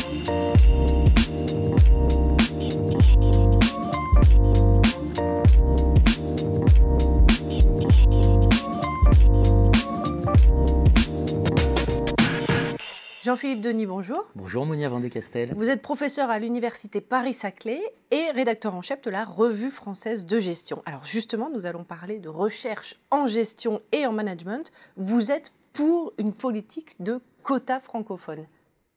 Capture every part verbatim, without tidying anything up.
Jean-Philippe Denis, bonjour. Bonjour Monia Vendée-Castel. Vous êtes professeur à l'université Paris-Saclay et rédacteur en chef de la Revue française de gestion. Alors justement, nous allons parler de recherche en gestion et en management. Vous êtes pour une politique de quotas francophones. Pourquoi ?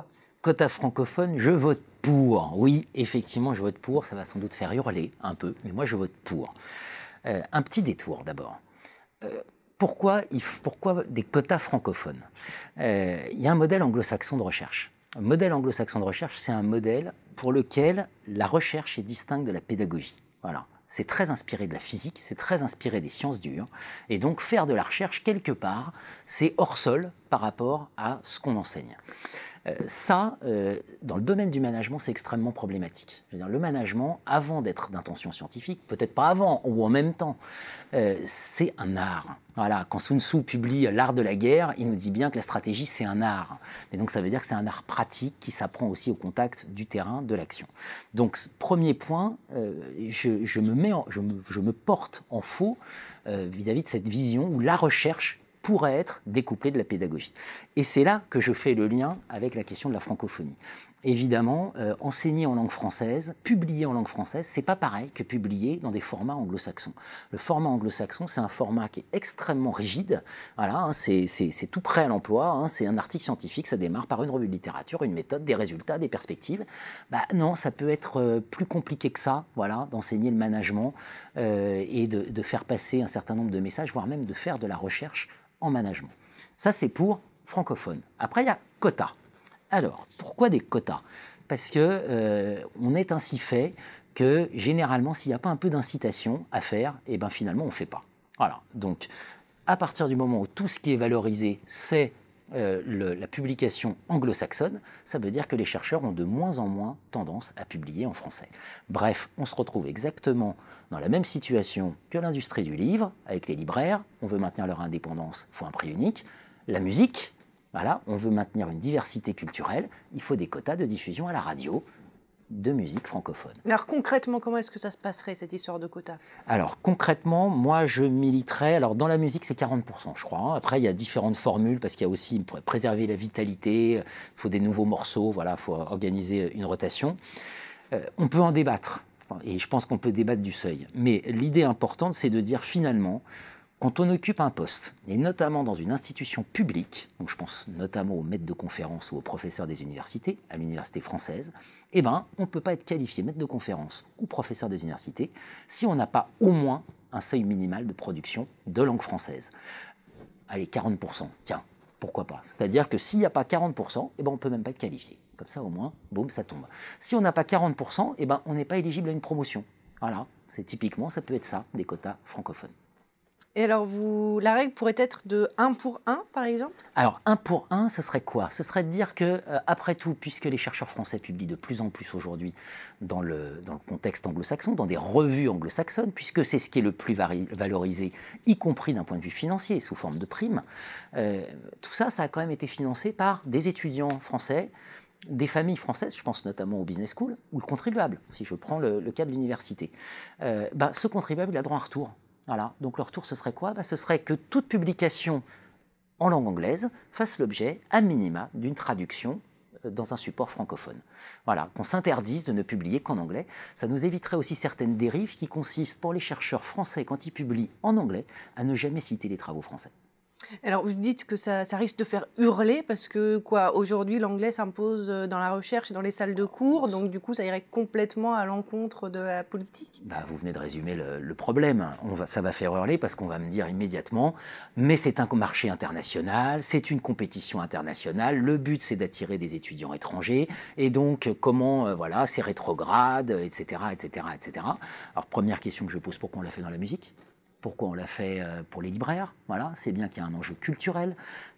Quotas francophones, je vote pour. Oui, effectivement, je vote pour. Ça va sans doute faire hurler un peu, mais moi je vote pour. Euh, un petit détour d'abord. Euh, Pourquoi, il faut, pourquoi des quotas francophones ? euh, Il y a un modèle anglo-saxon de recherche. Un modèle anglo-saxon de recherche, c'est un modèle pour lequel la recherche est distincte de la pédagogie. Voilà. C'est très inspiré de la physique, c'est très inspiré des sciences dures. Et donc, faire de la recherche, quelque part, c'est hors sol par rapport à ce qu'on enseigne. Euh, ça, euh, dans le domaine du management, c'est extrêmement problématique. Je veux dire, le management, avant d'être d'intention scientifique, peut-être pas avant ou en même temps, euh, c'est un art. Voilà, quand Sun Tzu publie L'art de la guerre, il nous dit bien que la stratégie, c'est un art. Et donc, ça veut dire que c'est un art pratique qui s'apprend aussi au contact du terrain, de l'action. Donc, premier point, euh, je, je, me mets en, je, me, je me porte en faux euh, vis-à-vis de cette vision où la recherche pourrait être découplée de la pédagogie. Et c'est là que je fais le lien avec la question de la francophonie. Évidemment, euh, enseigner en langue française, publier en langue française, c'est pas pareil que publier dans des formats anglo-saxons. Le format anglo-saxon, c'est un format qui est extrêmement rigide. Voilà, hein, c'est, c'est, c'est tout prêt à l'emploi. Hein, c'est un article scientifique, ça démarre par une revue de littérature, une méthode, des résultats, des perspectives. Bah non, ça peut être euh, plus compliqué que ça, voilà, d'enseigner le management euh, et de, de faire passer un certain nombre de messages, voire même de faire de la recherche en management. Ça, c'est pour francophone. Après, il y a quotas. Alors, pourquoi des quotas ? Parce que euh, on est ainsi fait que, généralement, s'il n'y a pas un peu d'incitation à faire, eh ben, finalement, on ne fait pas. Voilà. Donc, à partir du moment où tout ce qui est valorisé, c'est euh, le, la publication anglo-saxonne, ça veut dire que les chercheurs ont de moins en moins tendance à publier en français. Bref, on se retrouve exactement dans la même situation que l'industrie du livre, avec les libraires. On veut maintenir leur indépendance, il faut un prix unique. La musique, voilà, on veut maintenir une diversité culturelle, il faut des quotas de diffusion à la radio de musique francophone. Alors concrètement, comment est-ce que ça se passerait, cette histoire de quotas ? Alors concrètement, moi je militerais, alors dans la musique c'est quarante pour cent je crois, hein. Après il y a différentes formules parce qu'il y a aussi pour préserver la vitalité, il faut des nouveaux morceaux, voilà, il faut organiser une rotation. Euh, on peut en débattre, et je pense qu'on peut débattre du seuil, mais l'idée importante c'est de dire finalement, quand on occupe un poste, et notamment dans une institution publique, donc je pense notamment aux maîtres de conférences ou aux professeurs des universités, à l'université française, eh ben, on ne peut pas être qualifié maître de conférences ou professeur des universités si on n'a pas au moins un seuil minimal de production de langue française. Allez, quarante pour cent, tiens, pourquoi pas ? C'est-à-dire que s'il n'y a pas quarante pour cent, eh ben, on ne peut même pas être qualifié. Comme ça, au moins, boum, ça tombe. Si on n'a pas quarante pour cent, eh ben, on n'est pas éligible à une promotion. Voilà, c'est typiquement, ça peut être ça, des quotas francophones. Et alors, vous, la règle pourrait être de un pour un, par exemple ? Alors, un pour un, ce serait quoi ? Ce serait de dire que, euh, après tout, puisque les chercheurs français publient de plus en plus aujourd'hui dans le, dans le contexte anglo-saxon, dans des revues anglo-saxonnes, puisque c'est ce qui est le plus vari- valorisé, y compris d'un point de vue financier, sous forme de primes, euh, tout ça, ça a quand même été financé par des étudiants français, des familles françaises, je pense notamment au business school, ou le contribuable, si je prends le, le cas de l'université. Euh, bah, ce contribuable, il a droit à un retour. Voilà. Donc le retour, ce serait quoi ? Bah, ce serait que toute publication en langue anglaise fasse l'objet, à minima, d'une traduction dans un support francophone. Voilà, qu'on s'interdise de ne publier qu'en anglais. Ça nous éviterait aussi certaines dérives qui consistent pour les chercheurs français, quand ils publient en anglais, à ne jamais citer les travaux français. Alors, vous dites que ça, ça risque de faire hurler parce que, quoi, aujourd'hui, l'anglais s'impose dans la recherche et dans les salles de cours, donc du coup, ça irait complètement à l'encontre de la politique. Bah, vous venez de résumer le, le problème. On va, ça va faire hurler parce qu'on va me dire immédiatement « mais c'est un marché international, c'est une compétition internationale, le but c'est d'attirer des étudiants étrangers, et donc comment, euh, voilà, c'est rétrograde, et cetera, et cetera, et cetera » Alors, première question que je pose, pourquoi on l'a fait dans la musique ? Pourquoi on l'a fait pour les libraires ? Voilà, c'est bien qu'il y a un enjeu culturel,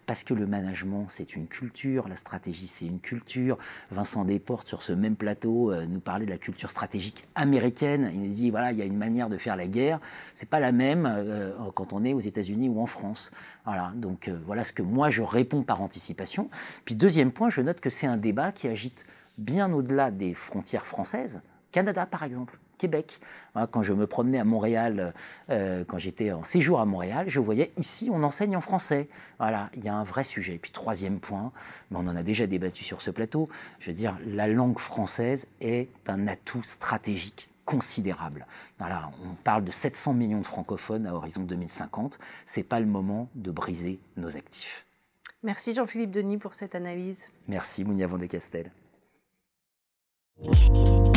parce que le management, c'est une culture, la stratégie, c'est une culture. Vincent Desportes, sur ce même plateau, euh, nous parlait de la culture stratégique américaine. Il nous dit, voilà, il y a une manière de faire la guerre. C'est pas la même euh, quand on est aux États-Unis ou en France. Voilà, donc euh, voilà ce que moi, je réponds par anticipation. Puis deuxième point, je note que c'est un débat qui agite bien au-delà des frontières françaises. Canada, par exemple. Québec. Quand je me promenais à Montréal, euh, quand j'étais en séjour à Montréal, je voyais ici, on enseigne en français. Voilà, il y a un vrai sujet. Et puis troisième point, mais on en a déjà débattu sur ce plateau, je veux dire, la langue française est un atout stratégique considérable. Voilà, on parle de sept cents millions de francophones à horizon deux mille cinquante. Ce n'est pas le moment de briser nos actifs. Merci Jean-Philippe Denis pour cette analyse. Merci Mounia Vandecastel.